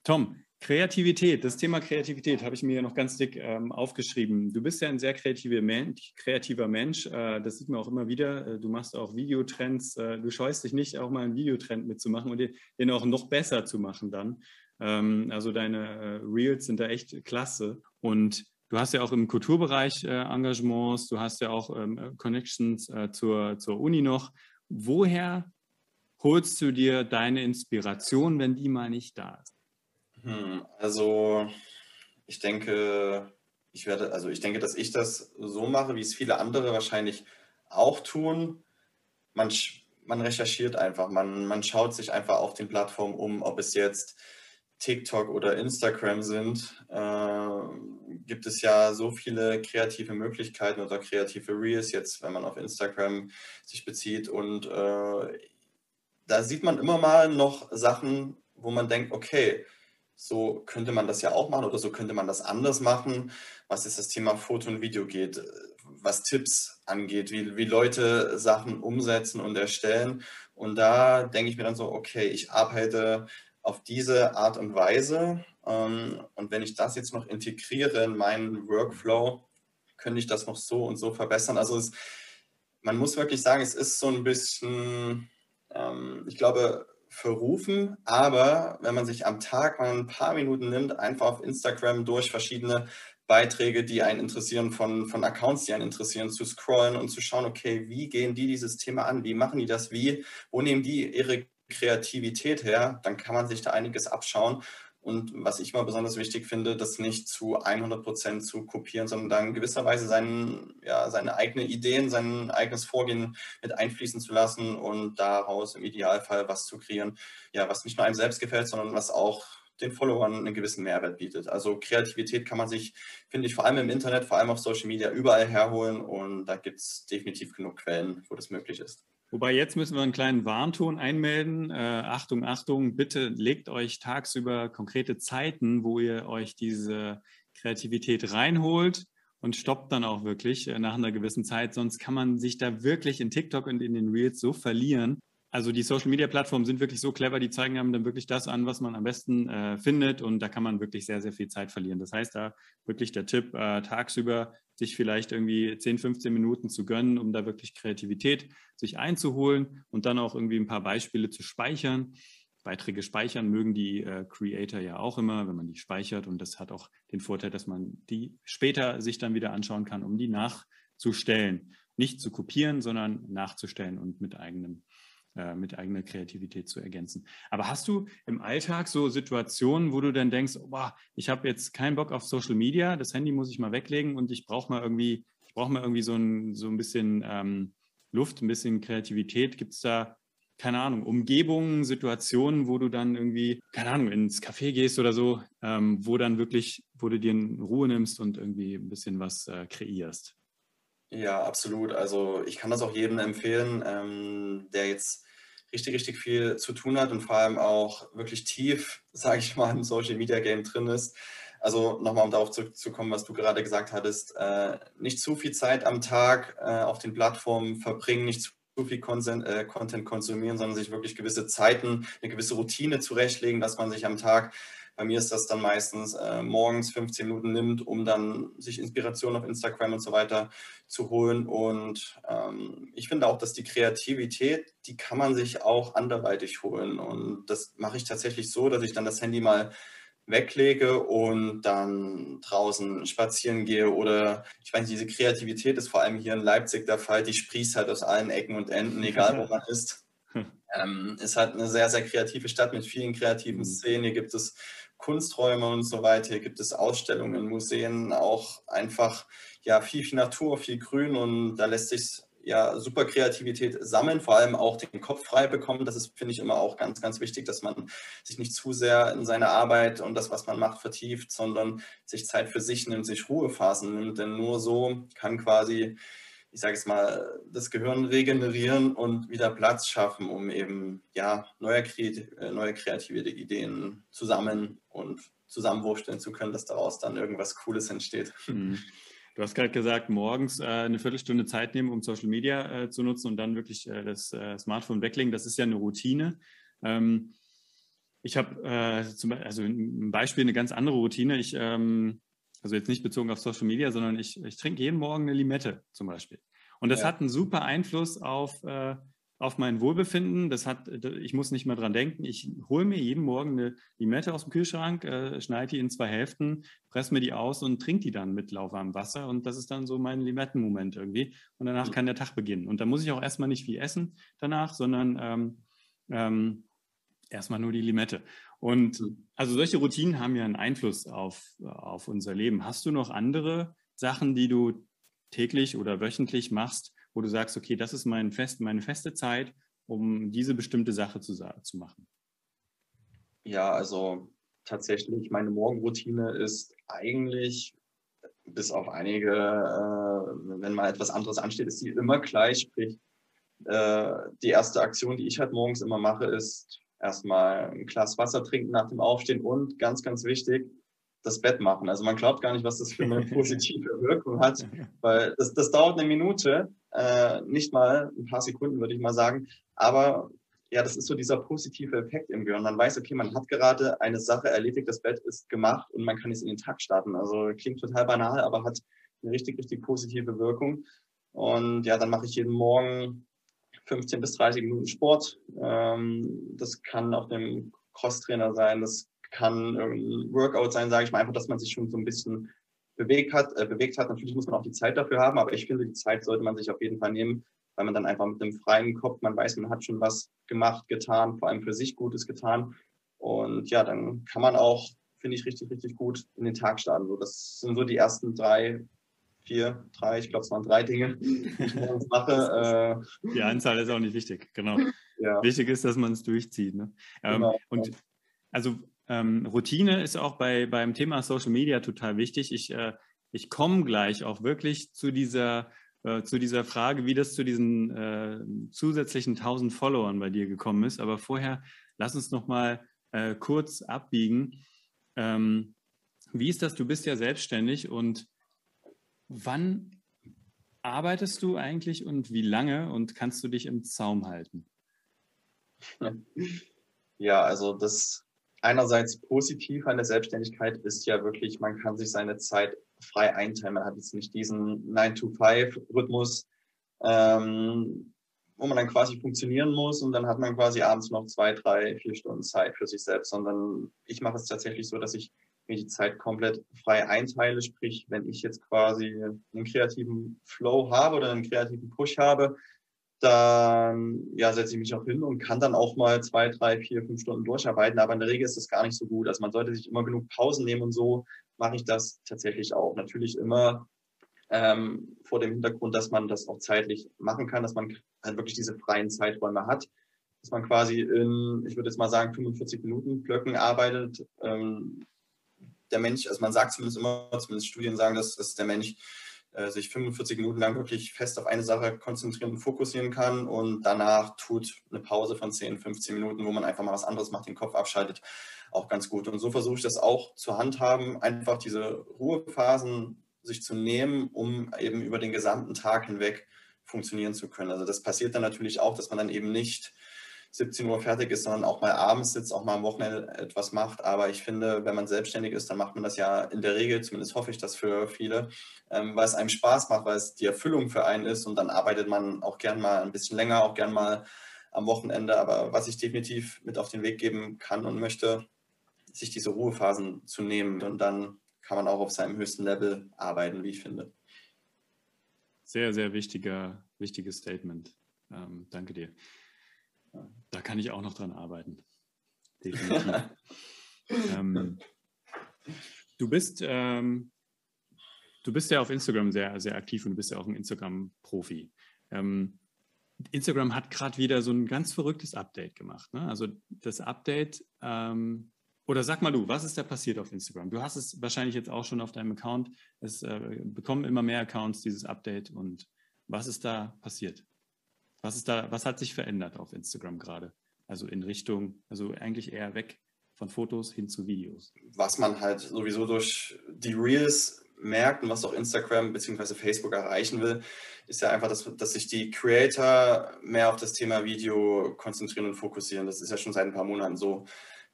Tom, Kreativität, das Thema Kreativität habe ich mir ja noch ganz dick aufgeschrieben. Du bist ja ein sehr kreativer Mensch, das sieht man auch immer wieder. Du machst auch Videotrends, du scheust dich nicht, auch mal einen Videotrend mitzumachen und den auch noch besser zu machen dann. Also deine Reels sind da echt klasse. Und du hast ja auch im Kulturbereich Engagements, du hast ja auch Connections zur Uni noch. Woher holst du dir deine Inspiration, wenn die mal nicht da ist? Also ich denke, ich denke, dass ich das so mache, wie es viele andere wahrscheinlich auch tun. Man recherchiert einfach, man schaut sich einfach auf den Plattformen um, ob es jetzt TikTok oder Instagram sind. Gibt es ja so viele kreative Möglichkeiten oder kreative Reels jetzt, wenn man auf Instagram sich bezieht. Und da sieht man immer mal noch Sachen, wo man denkt, okay, so könnte man das ja auch machen oder so könnte man das anders machen, was jetzt das Thema Foto und Video geht, was Tipps angeht, wie Leute Sachen umsetzen und erstellen. Und da denke ich mir dann so, okay, ich arbeite auf diese Art und Weise. Und wenn ich das jetzt noch integriere in meinen Workflow, könnte ich das noch so und so verbessern. Man muss wirklich sagen, es ist so ein bisschen, ich glaube, verrufen, aber wenn man sich am Tag mal ein paar Minuten nimmt, einfach auf Instagram durch verschiedene Beiträge, die einen interessieren, von Accounts, die einen interessieren, zu scrollen und zu schauen, okay, wie gehen die dieses Thema an, wie machen die das, wo nehmen die ihre Kreativität her, dann kann man sich da einiges abschauen. Und was ich mal besonders wichtig finde, das nicht zu 100% zu kopieren, sondern dann in gewisser Weise seine eigenen Ideen, sein eigenes Vorgehen mit einfließen zu lassen und daraus im Idealfall was zu kreieren, ja, was nicht nur einem selbst gefällt, sondern was auch den Followern einen gewissen Mehrwert bietet. Also Kreativität kann man sich, finde ich, vor allem im Internet, vor allem auf Social Media überall herholen und da gibt es definitiv genug Quellen, wo das möglich ist. Wobei jetzt müssen wir einen kleinen Warnton einmelden. Achtung, Achtung, bitte legt euch tagsüber konkrete Zeiten, wo ihr euch diese Kreativität reinholt und stoppt dann auch wirklich nach einer gewissen Zeit. Sonst kann man sich da wirklich in TikTok und in den Reels so verlieren. Also die Social-Media-Plattformen sind wirklich so clever, die zeigen einem dann wirklich das an, was man am besten findet und da kann man wirklich sehr, sehr viel Zeit verlieren. Das heißt, da wirklich der Tipp, tagsüber sich vielleicht irgendwie 10, 15 Minuten zu gönnen, um da wirklich Kreativität sich einzuholen und dann auch irgendwie ein paar Beispiele zu speichern. Beiträge speichern mögen die Creator ja auch immer, wenn man die speichert und das hat auch den Vorteil, dass man die später sich dann wieder anschauen kann, um die nachzustellen. Nicht zu kopieren, sondern nachzustellen und mit eigener Kreativität zu ergänzen. Aber hast du im Alltag so Situationen, wo du dann denkst, boah, ich habe jetzt keinen Bock auf Social Media, das Handy muss ich mal weglegen und ich brauche mal irgendwie so ein bisschen Luft, ein bisschen Kreativität. Gibt es da, keine Ahnung, Umgebungen, Situationen, wo du dann irgendwie, keine Ahnung, ins Café gehst oder so, wo du dir in Ruhe nimmst und irgendwie ein bisschen was kreierst? Ja, absolut. Also ich kann das auch jedem empfehlen, der jetzt richtig, richtig viel zu tun hat und vor allem auch wirklich tief, sage ich mal, im Social Media Game drin ist. Also nochmal, um darauf zurückzukommen, was du gerade gesagt hattest, nicht zu viel Zeit am Tag auf den Plattformen verbringen, nicht zu viel Content konsumieren, sondern sich wirklich gewisse Zeiten, eine gewisse Routine zurechtlegen, dass man sich am Tag, bei mir ist das dann meistens morgens 15 Minuten nimmt, um dann sich Inspiration auf Instagram und so weiter zu holen. Und ich finde auch, dass die Kreativität, die kann man sich auch anderweitig holen. Und das mache ich tatsächlich so, dass ich dann das Handy mal weglege und dann draußen spazieren gehe oder ich weiß, diese Kreativität ist vor allem hier in Leipzig der Fall, die sprießt halt aus allen Ecken und Enden, egal wo man ist. Ist halt eine sehr, sehr kreative Stadt mit vielen kreativen Szenen. Hier gibt es Kunsträume und so weiter. Hier gibt es Ausstellungen, Museen, auch einfach ja viel, viel Natur, viel Grün und da lässt sich ja super Kreativität sammeln, vor allem auch den Kopf frei bekommen. Das ist, finde ich, immer auch ganz, ganz wichtig, dass man sich nicht zu sehr in seine Arbeit und das, was man macht, vertieft, sondern sich Zeit für sich nimmt, sich Ruhephasen nimmt. Denn nur so kann quasi, ich sage es mal, das Gehirn regenerieren und wieder Platz schaffen, um eben ja, neue kreative Ideen zusammen und zusammenwursteln zu können, dass daraus dann irgendwas Cooles entsteht. Mhm. Du hast gerade gesagt, morgens eine Viertelstunde Zeit nehmen, um Social Media zu nutzen und dann wirklich das Smartphone weglegen. Das ist ja eine Routine. Ähm, Ich habe also ein Beispiel, eine ganz andere Routine. Also jetzt nicht bezogen auf Social Media, sondern ich trinke jeden Morgen eine Limette zum Beispiel. Und das hat einen super Einfluss auf mein Wohlbefinden. Ich muss nicht mehr dran denken. Ich hole mir jeden Morgen eine Limette aus dem Kühlschrank, schneide die in 2 Hälften, presse mir die aus und trinke die dann mit lauwarmem Wasser. Und das ist dann so mein Limettenmoment irgendwie. Und danach kann der Tag beginnen. Und da muss ich auch erstmal nicht viel essen danach, sondern erstmal nur die Limette. Und also solche Routinen haben ja einen Einfluss auf unser Leben. Hast du noch andere Sachen, die du täglich oder wöchentlich machst, wo du sagst, okay, das ist meine feste Zeit, um diese bestimmte Sache zu machen? Ja, also tatsächlich, meine Morgenroutine ist eigentlich, bis auf einige, wenn mal etwas anderes ansteht, ist die immer gleich. Sprich, die erste Aktion, die ich halt morgens immer mache, ist erstmal ein Glas Wasser trinken nach dem Aufstehen und ganz, ganz wichtig, das Bett machen. Also man glaubt gar nicht, was das für eine positive Wirkung hat, weil das dauert eine Minute, nicht mal ein paar Sekunden, würde ich mal sagen. Aber ja, das ist so dieser positive Effekt im Gehirn. Man weiß, okay, man hat gerade eine Sache erledigt, das Bett ist gemacht und man kann jetzt in den Tag starten. Also klingt total banal, aber hat eine richtig, richtig positive Wirkung. Und ja, dann mache ich jeden Morgen 15 bis 30 Minuten Sport. Das kann auf dem Crosstrainer sein, das kann irgendein Workout sein, sage ich mal, einfach, dass man sich schon so ein bisschen bewegt hat. Natürlich muss man auch die Zeit dafür haben, aber ich finde, die Zeit sollte man sich auf jeden Fall nehmen, weil man dann einfach mit einem freien Kopf, man weiß, man hat schon was gemacht, getan, vor allem für sich Gutes getan. Und ja, dann kann man auch, finde ich, richtig, richtig gut in den Tag starten. So, das sind so die ersten 3, ich glaube, es waren 3 Dinge, die ich morgens mache. Die Anzahl ist auch nicht wichtig, genau. Ja. Wichtig ist, dass man es durchzieht. Ne? Genau. Und also Routine ist auch beim Thema Social Media total wichtig. Ich komme gleich auch wirklich zu dieser Frage, wie das zu diesen zusätzlichen 1000 Followern bei dir gekommen ist. Aber vorher lass uns noch mal kurz abbiegen. Wie ist das? Du bist ja selbstständig und wann arbeitest du eigentlich und wie lange und kannst du dich im Zaum halten? Ja, also das einerseits positiv an der Selbstständigkeit ist ja wirklich, man kann sich seine Zeit frei einteilen. Man hat jetzt nicht diesen 9-to-5-Rhythmus, wo man dann quasi funktionieren muss und dann hat man quasi abends noch 2, 3, 4 Stunden Zeit für sich selbst, sondern ich mache es tatsächlich so, dass ich mir die Zeit komplett frei einteile. Sprich, wenn ich jetzt quasi einen kreativen Flow habe oder einen kreativen Push habe, dann ja, setze ich mich auch hin und kann dann auch mal 2, 3, 4, 5 Stunden durcharbeiten. Aber in der Regel ist das gar nicht so gut. Also man sollte sich immer genug Pausen nehmen und so mache ich das tatsächlich auch. Natürlich immer vor dem Hintergrund, dass man das auch zeitlich machen kann, dass man halt wirklich diese freien Zeiträume hat, dass man quasi in, ich würde jetzt mal sagen, 45 Minuten Blöcken arbeitet. Der Mensch, also man sagt zumindest immer, zumindest Studien sagen, dass der Mensch sich 45 Minuten lang wirklich fest auf eine Sache konzentrieren und fokussieren kann und danach tut eine Pause von 10, 15 Minuten, wo man einfach mal was anderes macht, den Kopf abschaltet, auch ganz gut. Und so versuche ich das auch zu handhaben, einfach diese Ruhephasen sich zu nehmen, um eben über den gesamten Tag hinweg funktionieren zu können. Also das passiert dann natürlich auch, dass man dann eben nicht 17 Uhr fertig ist, sondern auch mal abends sitzt, auch mal am Wochenende etwas macht. Aber ich finde, wenn man selbstständig ist, dann macht man das ja in der Regel, zumindest hoffe ich das für viele, weil es einem Spaß macht, weil es die Erfüllung für einen ist und dann arbeitet man auch gern mal ein bisschen länger, auch gern mal am Wochenende. Aber was ich definitiv mit auf den Weg geben kann und möchte, sich diese Ruhephasen zu nehmen und dann kann man auch auf seinem höchsten Level arbeiten, wie ich finde. Sehr, sehr wichtiges Statement. Danke dir. Da kann ich auch noch dran arbeiten. Definitiv. Du bist ja auf Instagram sehr, sehr aktiv und du bist ja auch ein Instagram-Profi. Instagram hat gerade wieder so ein ganz verrücktes Update gemacht. Ne? Also das Update, oder sag mal du, was ist da passiert auf Instagram? Du hast es wahrscheinlich jetzt auch schon auf deinem Account. Es bekommen immer mehr Accounts dieses Update. Und was ist da passiert? Was hat sich verändert auf Instagram gerade? Also in Richtung, also eigentlich eher weg von Fotos hin zu Videos. Was man halt sowieso durch die Reels merkt und was auch Instagram bzw. Facebook erreichen will, ist ja einfach, dass sich die Creator mehr auf das Thema Video konzentrieren und fokussieren. Das ist ja schon seit ein paar Monaten so.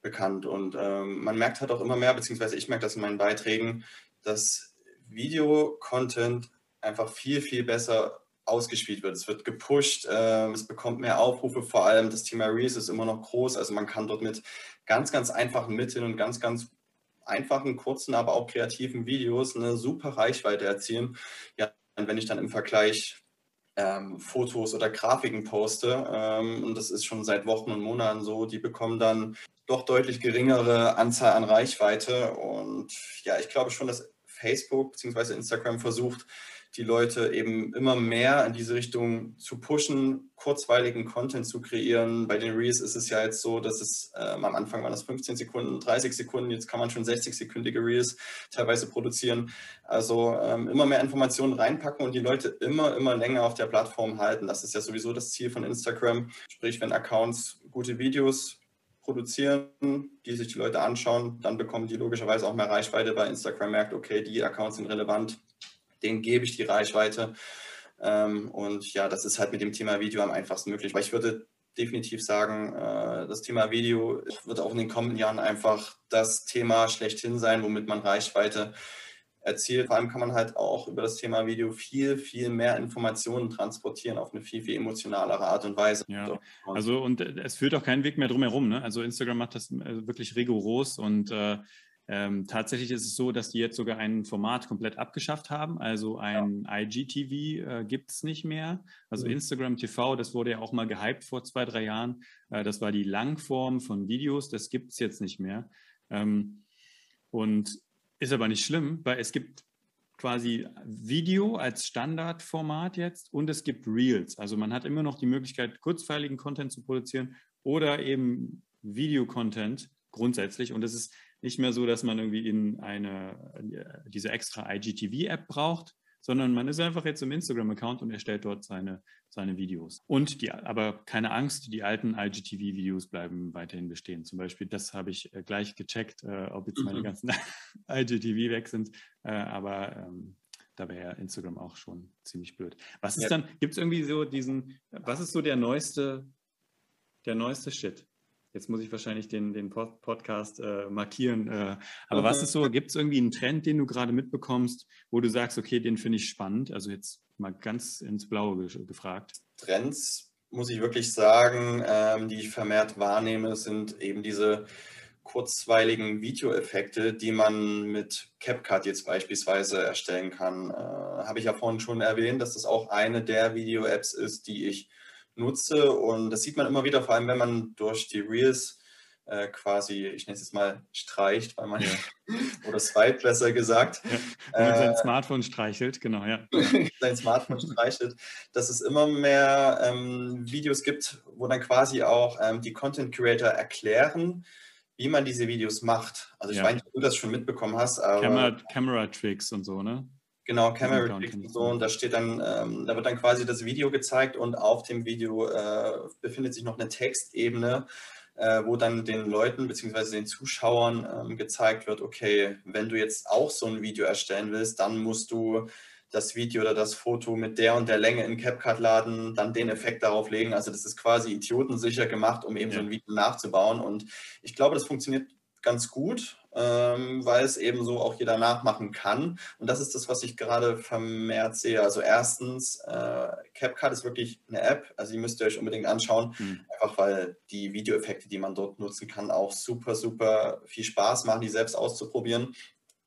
bekannt. Und man merkt halt auch immer mehr, beziehungsweise ich merke das in meinen Beiträgen, dass Video-Content einfach viel, viel besser ausgespielt wird. Es wird gepusht, es bekommt mehr Aufrufe, vor allem das Thema Reels ist immer noch groß. Also man kann dort mit ganz, ganz einfachen Mitteln und ganz, ganz einfachen, kurzen, aber auch kreativen Videos eine super Reichweite erzielen. Ja, und wenn ich dann im Vergleich Fotos oder Grafiken poste, und das ist schon seit Wochen und Monaten so, die bekommen dann doch deutlich geringere Anzahl an Reichweite. Und ja, ich glaube schon, dass Facebook bzw. Instagram versucht, die Leute eben immer mehr in diese Richtung zu pushen, kurzweiligen Content zu kreieren. Bei den Reels ist es ja jetzt so, dass es am Anfang waren das 15 Sekunden, 30 Sekunden, jetzt kann man schon 60-sekündige Reels teilweise produzieren. Also immer mehr Informationen reinpacken und die Leute immer länger auf der Plattform halten. Das ist ja sowieso das Ziel von Instagram. Sprich, wenn Accounts gute Videos produzieren, die sich die Leute anschauen, dann bekommen die logischerweise auch mehr Reichweite, weil Instagram merkt, okay, die Accounts sind relevant, denen gebe ich die Reichweite. Und ja, das ist halt mit dem Thema Video am einfachsten möglich. Weil ich würde definitiv sagen, das Thema Video wird auch in den kommenden Jahren einfach das Thema schlechthin sein, womit man Reichweite erzielt. Vor allem kann man halt auch über das Thema Video viel, viel mehr Informationen transportieren auf eine viel, viel emotionalere Art und Weise. Ja, also und es führt auch keinen Weg mehr drum herum. Ne? Also Instagram macht das wirklich rigoros und tatsächlich ist es so, dass die jetzt sogar ein Format komplett abgeschafft haben. Also ein IGTV gibt es nicht mehr. Also Instagram TV, das wurde ja auch mal gehypt vor 2, 3 Jahren. Das war die Langform von Videos, das gibt es jetzt nicht mehr. Und ist aber nicht schlimm, weil es gibt quasi Video als Standardformat jetzt und es gibt Reels. Also man hat immer noch die Möglichkeit, kurzweiligen Content zu produzieren oder eben Video-Content grundsätzlich. Und es ist nicht mehr so, dass man irgendwie in diese extra IGTV-App braucht, sondern man ist einfach jetzt im Instagram-Account und erstellt dort seine Videos. Und aber keine Angst, die alten IGTV-Videos bleiben weiterhin bestehen. Zum Beispiel, das habe ich gleich gecheckt, ob jetzt meine ganzen IGTV weg sind. Aber da wäre Instagram auch schon ziemlich blöd. Was ist dann, gibt es irgendwie so was ist so der neueste Shit? Jetzt muss ich wahrscheinlich den Podcast markieren. Aber was ist so, gibt es irgendwie einen Trend, den du gerade mitbekommst, wo du sagst, okay, den finde ich spannend? Also jetzt mal ganz ins Blaue gefragt. Trends, muss ich wirklich sagen, die ich vermehrt wahrnehme, sind eben diese kurzweiligen Videoeffekte, die man mit CapCut jetzt beispielsweise erstellen kann. Habe ich ja vorhin schon erwähnt, dass das auch eine der Video-Apps ist, die ich nutze. Und das sieht man immer wieder, vor allem wenn man durch die Reels quasi, ich nenne es jetzt mal, streicht, weil man oder swipe besser gesagt. Ja, wenn man sein Smartphone streichelt, genau, ja. Sein Smartphone streichelt, dass es immer mehr Videos gibt, wo dann quasi auch die Content Creator erklären, wie man diese Videos macht. Also ich weiß nicht, ob du das schon mitbekommen hast, aber Camera Tricks und so, ne? Genau, Camera Tricks und so. Und da steht dann, da wird dann quasi das Video gezeigt und auf dem Video befindet sich noch eine Textebene, wo dann den Leuten bzw. den Zuschauern gezeigt wird, okay, wenn du jetzt auch so ein Video erstellen willst, dann musst du das Video oder das Foto mit der und der Länge in CapCut laden, dann den Effekt darauf legen. Also das ist quasi idiotensicher gemacht, um eben so ein Video nachzubauen. Und ich glaube, das funktioniert ganz gut, weil es eben so auch jeder nachmachen kann. Und das ist das, was ich gerade vermehrt sehe. Also erstens, CapCut ist wirklich eine App, also die müsst ihr euch unbedingt anschauen, einfach weil die Videoeffekte, die man dort nutzen kann, auch super, super viel Spaß machen, die selbst auszuprobieren.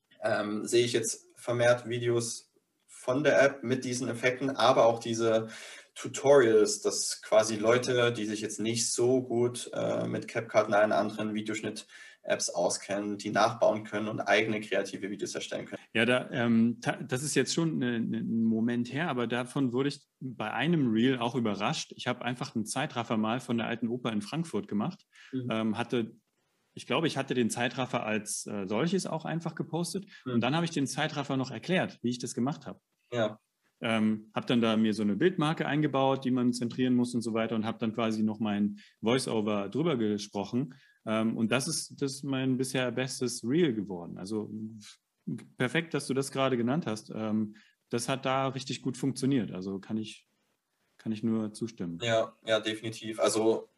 Sehe ich jetzt vermehrt Videos von der App mit diesen Effekten, aber auch diese Tutorials, dass quasi Leute, die sich jetzt nicht so gut mit CapCut und allen anderen Videoschnitt-Apps auskennen, die nachbauen können und eigene kreative Videos erstellen können. Ja, das ist jetzt schon ein Moment her, aber davon wurde ich bei einem Reel auch überrascht. Ich habe einfach einen Zeitraffer mal von der Alten Oper in Frankfurt gemacht, ich glaube, ich hatte den Zeitraffer als solches auch einfach gepostet und dann habe ich den Zeitraffer noch erklärt, wie ich das gemacht habe. Ja. Habe dann da mir so eine Bildmarke eingebaut, die man zentrieren muss und so weiter und habe dann quasi noch mein Voice-Over drüber gesprochen. Und das ist mein bisher bestes Reel geworden. Also perfekt, dass du das gerade genannt hast. Das hat da richtig gut funktioniert. Also kann ich nur zustimmen. Ja, definitiv. Also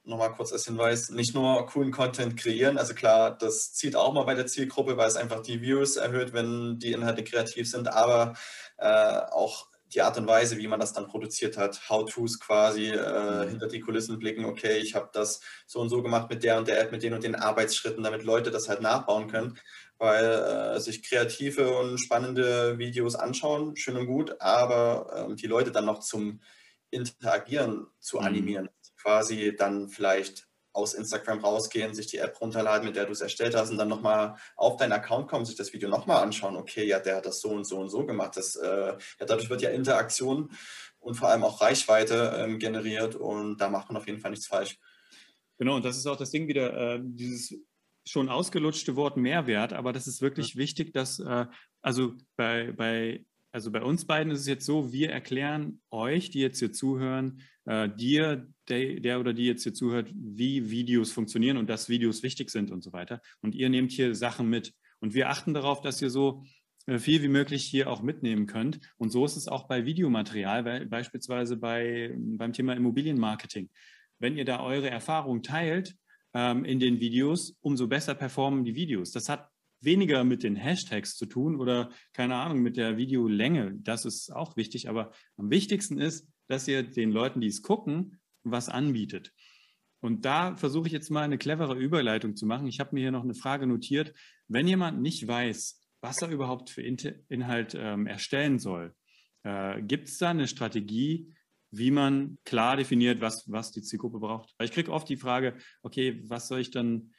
nochmal kurz als Hinweis, nicht nur coolen Content kreieren, also klar, das zieht auch mal bei der Zielgruppe, weil es einfach die Views erhöht, wenn die Inhalte kreativ sind, aber auch die Art und Weise, wie man das dann produziert hat, How-Tos quasi, hinter die Kulissen blicken, okay, ich habe das so und so gemacht mit der und der App, mit den und den Arbeitsschritten, damit Leute das halt nachbauen können, weil sich kreative und spannende Videos anschauen, schön und gut, aber die Leute dann noch zum Interagieren zu animieren, quasi dann vielleicht aus Instagram rausgehen, sich die App runterladen, mit der du es erstellt hast und dann nochmal auf deinen Account kommen, sich das Video nochmal anschauen. Okay, ja, der hat das so und so und so gemacht. Ja, dadurch wird ja Interaktion und vor allem auch Reichweite generiert und da macht man auf jeden Fall nichts falsch. Genau, und das ist auch das Ding wieder, dieses schon ausgelutschte Wort Mehrwert, aber das ist wirklich wichtig, dass, also bei uns beiden ist es jetzt so, wir erklären euch, die jetzt hier zuhören, dir, der oder die jetzt hier zuhört, wie Videos funktionieren und dass Videos wichtig sind und so weiter. Und ihr nehmt hier Sachen mit. Und wir achten darauf, dass ihr so viel wie möglich hier auch mitnehmen könnt. Und so ist es auch bei Videomaterial, weil beispielsweise beim Thema Immobilienmarketing. Wenn ihr da eure Erfahrungen teilt in den Videos, umso besser performen die Videos. Das hat weniger mit den Hashtags zu tun oder, keine Ahnung, mit der Videolänge. Das ist auch wichtig, aber am wichtigsten ist, dass ihr den Leuten, die es gucken, was anbietet. Und da versuche ich jetzt mal eine clevere Überleitung zu machen. Ich habe mir hier noch eine Frage notiert. Wenn jemand nicht weiß, was er überhaupt für Inhalt erstellen soll, gibt es da eine Strategie, wie man klar definiert, was die Zielgruppe braucht? Weil ich kriege oft die Frage, okay, was soll ich dann,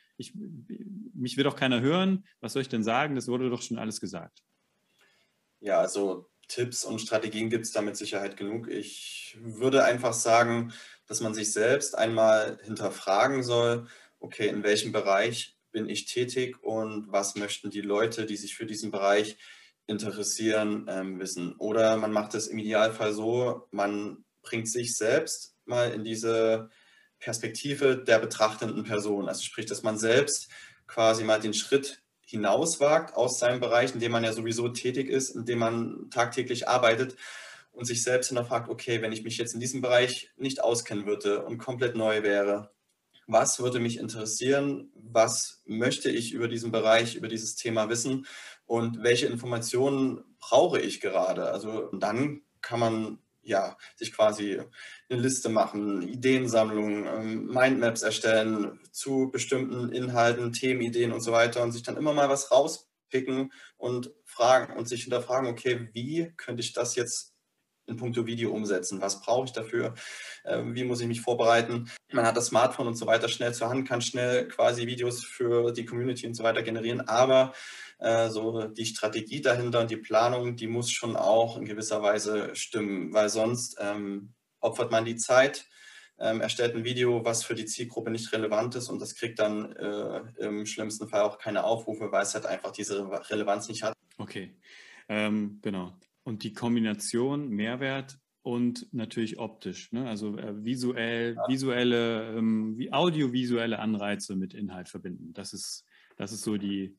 mich will doch keiner hören, was soll ich denn sagen? Das wurde doch schon alles gesagt. Ja, also Tipps und Strategien gibt es da mit Sicherheit genug. Ich würde einfach sagen, dass man sich selbst einmal hinterfragen soll, okay, in welchem Bereich bin ich tätig und was möchten die Leute, die sich für diesen Bereich interessieren, wissen. Oder man macht es im Idealfall so, man bringt sich selbst mal in diese Perspektive der betrachtenden Person. Also sprich, dass man selbst quasi mal den Schritt hinauswagt aus seinem Bereich, in dem man ja sowieso tätig ist, in dem man tagtäglich arbeitet und sich selbst hinterfragt, okay, wenn ich mich jetzt in diesem Bereich nicht auskennen würde und komplett neu wäre, was würde mich interessieren, was möchte ich über diesen Bereich, über dieses Thema wissen und welche Informationen brauche ich gerade? Also dann kann man ja sich quasi eine Liste machen, Ideensammlungen, Mindmaps erstellen zu bestimmten Inhalten, Themenideen und so weiter und sich dann immer mal was rauspicken und fragen und sich hinterfragen, okay, wie könnte ich das jetzt in puncto Video umsetzen? Was brauche ich dafür? Wie muss ich mich vorbereiten? Man hat das Smartphone und so weiter schnell zur Hand, kann schnell quasi Videos für die Community und so weiter generieren, aber so die Strategie dahinter und die Planung, die muss schon auch in gewisser Weise stimmen, weil sonst opfert man die Zeit, erstellt ein Video, was für die Zielgruppe nicht relevant ist und das kriegt dann im schlimmsten Fall auch keine Aufrufe, weil es halt einfach diese Relevanz nicht hat. Okay, genau. Und die Kombination Mehrwert und natürlich optisch, ne? Also audiovisuelle Anreize mit Inhalt verbinden. Das ist so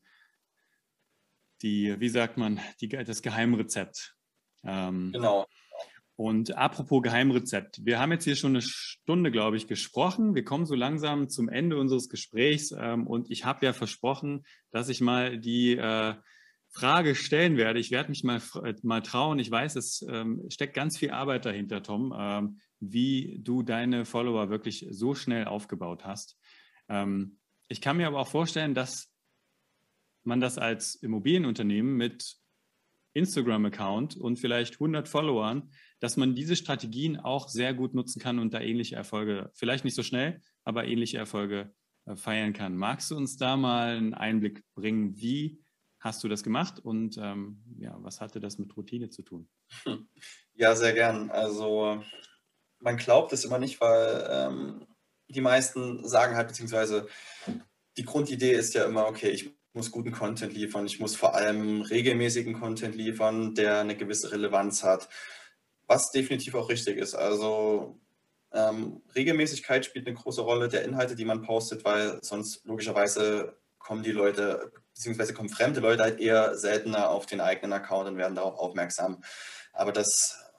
wie sagt man, das Geheimrezept. Genau. Und apropos Geheimrezept, wir haben jetzt hier schon eine Stunde, glaube ich, gesprochen. Wir kommen so langsam zum Ende unseres Gesprächs und ich habe ja versprochen, dass ich mal die Frage stellen werde. Ich werde mich mal trauen. Ich weiß, es steckt ganz viel Arbeit dahinter, Tom, wie du deine Follower wirklich so schnell aufgebaut hast. Ich kann mir aber auch vorstellen, dass man das als Immobilienunternehmen mit Instagram-Account und vielleicht 100 Followern, dass man diese Strategien auch sehr gut nutzen kann und da ähnliche Erfolge, vielleicht nicht so schnell, aber ähnliche Erfolge feiern kann. Magst du uns da mal einen Einblick bringen? Wie hast du das gemacht und ja, was hatte das mit Routine zu tun? Ja, sehr gern. Also man glaubt es immer nicht, weil die meisten sagen halt, beziehungsweise die Grundidee ist ja immer, okay, ich muss guten Content liefern, ich muss vor allem regelmäßigen Content liefern, der eine gewisse Relevanz hat, was definitiv auch richtig ist. Also Regelmäßigkeit spielt eine große Rolle der Inhalte, die man postet, weil sonst logischerweise kommen die Leute, beziehungsweise kommen fremde Leute halt eher seltener auf den eigenen Account und werden darauf aufmerksam. Aber das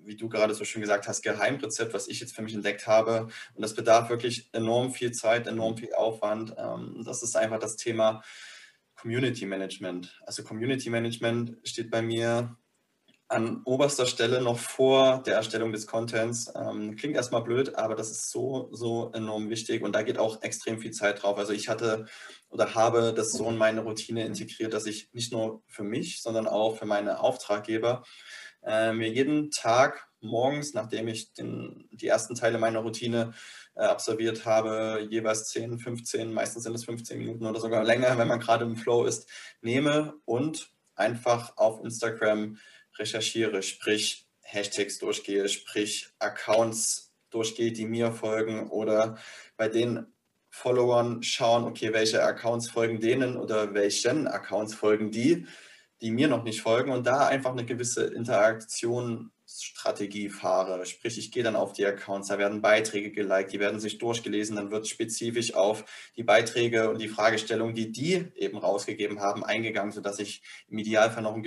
wie du gerade so schön gesagt hast, Geheimrezept, was ich jetzt für mich entdeckt habe. Und das bedarf wirklich enorm viel Zeit, enorm viel Aufwand. Das ist einfach das Thema Community Management. Also Community Management steht bei mir an oberster Stelle noch vor der Erstellung des Contents. Klingt erstmal blöd, aber das ist so, so enorm wichtig und da geht auch extrem viel Zeit drauf. Also ich hatte oder habe das so in meine Routine integriert, dass ich nicht nur für mich, sondern auch für meine Auftraggeber mir jeden Tag morgens, nachdem ich die ersten Teile meiner Routine absolviert habe, jeweils 10, 15, meistens sind es 15 Minuten oder sogar länger, wenn man gerade im Flow ist, nehme und einfach auf Instagram recherchiere, sprich Hashtags durchgehe, sprich Accounts durchgehe, die mir folgen oder bei den Followern schauen, okay, welche Accounts folgen denen oder welchen Accounts folgen die mir noch nicht folgen und da einfach eine gewisse Interaktionsstrategie fahre. Sprich, ich gehe dann auf die Accounts, da werden Beiträge geliked, die werden sich durchgelesen, dann wird spezifisch auf die Beiträge und die Fragestellung, die eben rausgegeben haben, eingegangen, sodass ich im Idealfall noch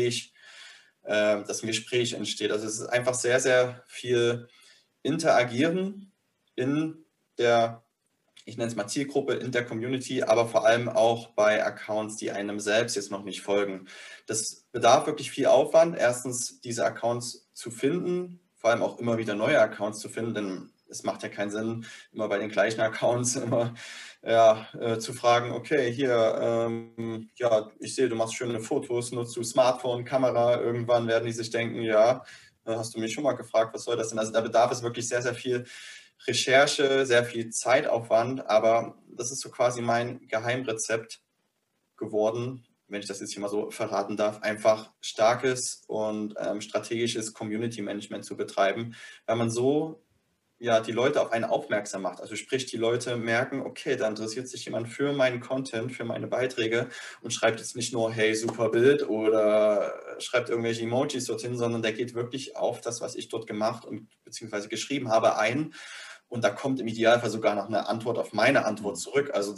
dass ein Gespräch entsteht. Also es ist einfach sehr, sehr viel Interagieren in der, ich nenne es mal Zielgruppe, in der Community, aber vor allem auch bei Accounts, die einem selbst jetzt noch nicht folgen. Das bedarf wirklich viel Aufwand, erstens diese Accounts zu finden, vor allem auch immer wieder neue Accounts zu finden, denn es macht ja keinen Sinn, immer bei den gleichen Accounts immer zu fragen, okay, hier, ja, ich sehe, du machst schöne Fotos, nutzt du Smartphone, Kamera, irgendwann werden die sich denken, ja, hast du mich schon mal gefragt, was soll das denn? Also da bedarf es wirklich sehr, sehr viel Recherche, sehr viel Zeitaufwand, aber das ist so quasi mein Geheimrezept geworden, wenn ich das jetzt hier mal so verraten darf, einfach starkes und strategisches Community Management zu betreiben, weil man so ja die Leute auf einen aufmerksam macht. Also sprich, die Leute merken, okay, da interessiert sich jemand für meinen Content, für meine Beiträge und schreibt jetzt nicht nur, hey, super Bild oder schreibt irgendwelche Emojis dorthin, sondern der geht wirklich auf das, was ich dort gemacht und beziehungsweise geschrieben habe, ein. Und da kommt im Idealfall sogar noch eine Antwort auf meine Antwort zurück. Also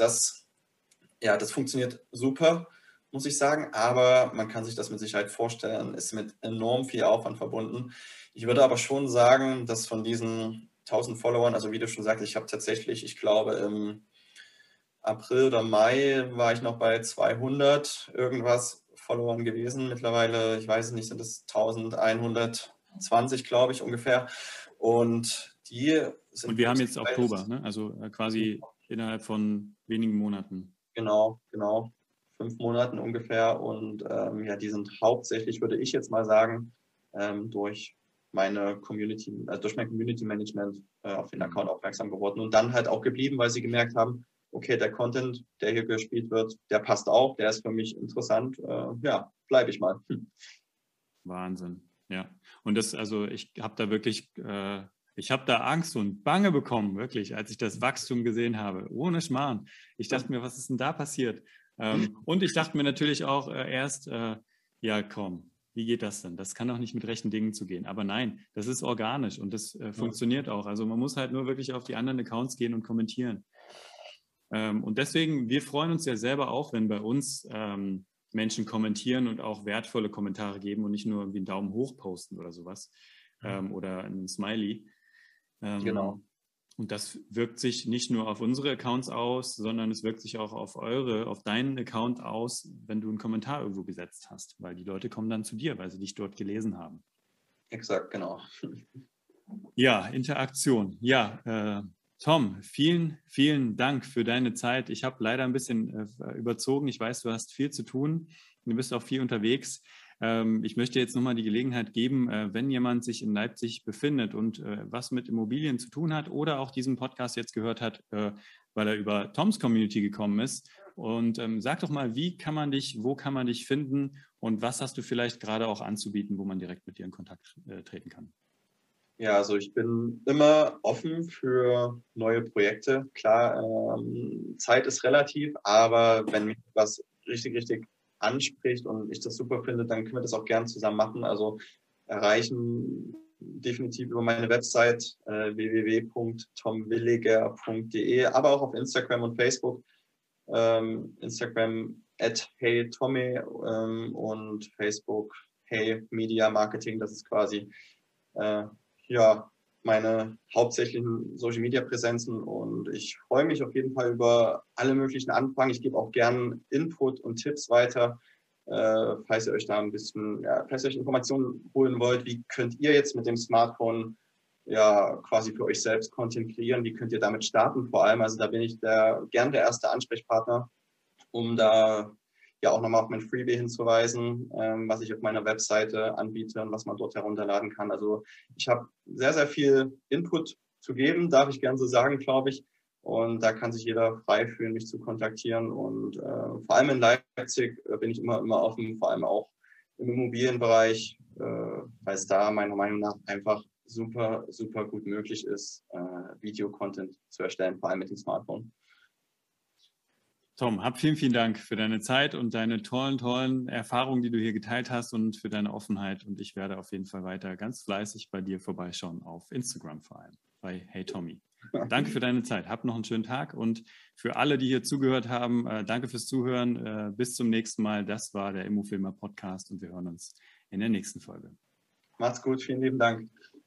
das funktioniert super, muss ich sagen, aber man kann sich das mit Sicherheit vorstellen, ist mit enorm viel Aufwand verbunden. Ich würde aber schon sagen, dass von diesen 1000 Followern, also wie du schon sagst, ich habe tatsächlich, ich glaube im April oder Mai war ich noch bei 200 irgendwas Followern gewesen. Mittlerweile, ich weiß es nicht, sind es 1120, glaube ich, ungefähr. Und die sind. Und wir haben jetzt Oktober, ne? Also quasi innerhalb von wenigen Monaten. Genau, 5 Monaten ungefähr. Und ja, die sind hauptsächlich, würde ich jetzt mal sagen, durch mein Community Management auf den Account aufmerksam geworden und dann halt auch geblieben, weil sie gemerkt haben, okay, der Content, der hier gespielt wird, der passt auch, der ist für mich interessant. Ja, bleibe ich mal. Wahnsinn, ja. Und das, also ich habe da wirklich, ich habe da Angst und Bange bekommen, wirklich, als ich das Wachstum gesehen habe. Ohne Schmarrn. Ich dachte mir, was ist denn da passiert? Und ich dachte mir natürlich auch erst, ja komm, wie geht das denn? Das kann doch nicht mit rechten Dingen zugehen. Aber nein, das ist organisch und das funktioniert auch. Also man muss halt nur wirklich auf die anderen Accounts gehen und kommentieren. Und deswegen, wir freuen uns ja selber auch, wenn bei uns Menschen kommentieren und auch wertvolle Kommentare geben und nicht nur irgendwie einen Daumen hoch posten oder sowas oder ein Smiley. Genau. Und das wirkt sich nicht nur auf unsere Accounts aus, sondern es wirkt sich auch auf deinen Account aus, wenn du einen Kommentar irgendwo gesetzt hast, weil die Leute kommen dann zu dir, weil sie dich dort gelesen haben. Exakt, genau. Ja, Interaktion. Ja, Tom, vielen, vielen Dank für deine Zeit. Ich habe leider ein bisschen überzogen. Ich weiß, du hast viel zu tun. Du bist auch viel unterwegs. Ich möchte jetzt nochmal die Gelegenheit geben, wenn jemand sich in Leipzig befindet und was mit Immobilien zu tun hat oder auch diesen Podcast jetzt gehört hat, weil er über Toms Community gekommen ist. Und sag doch mal, wo kann man dich finden und was hast du vielleicht gerade auch anzubieten, wo man direkt mit dir in Kontakt treten kann? Ja, also ich bin immer offen für neue Projekte. Klar, Zeit ist relativ, aber wenn mich was richtig, richtig anspricht und ich das super finde, dann können wir das auch gern zusammen machen. Also erreichen definitiv über meine Website www.tomwilliger.de, aber auch auf Instagram und Facebook. Instagram @heytommy und Facebook Hey Media Marketing. Das ist quasi ja, meine hauptsächlichen Social-Media-Präsenzen und ich freue mich auf jeden Fall über alle möglichen Anfragen. Ich gebe auch gerne Input und Tipps weiter, falls ihr euch da ein bisschen, ja, falls ihr euch Informationen holen wollt, wie könnt ihr jetzt mit dem Smartphone ja quasi für euch selbst Content kreieren, wie könnt ihr damit starten vor allem. Also da bin ich gern der erste Ansprechpartner, um da ja auch nochmal auf mein Freebie hinzuweisen, was ich auf meiner Webseite anbiete und was man dort herunterladen kann. Also ich habe sehr, sehr viel Input zu geben, darf ich gern so sagen, glaube ich. Und da kann sich jeder frei fühlen, mich zu kontaktieren. Und vor allem in Leipzig bin ich immer offen, vor allem auch im Immobilienbereich, weil es da meiner Meinung nach einfach super, super gut möglich ist, Video-Content zu erstellen, vor allem mit dem Smartphone. Tom, vielen, vielen Dank für deine Zeit und deine tollen Erfahrungen, die du hier geteilt hast und für deine Offenheit. Und ich werde auf jeden Fall weiter ganz fleißig bei dir vorbeischauen, auf Instagram vor allem, bei Hey Tommy. Danke für deine Zeit. Habt noch einen schönen Tag und für alle, die hier zugehört haben, danke fürs Zuhören. Bis zum nächsten Mal. Das war der Immofilmer Podcast und wir hören uns in der nächsten Folge. Macht's gut. Vielen lieben Dank.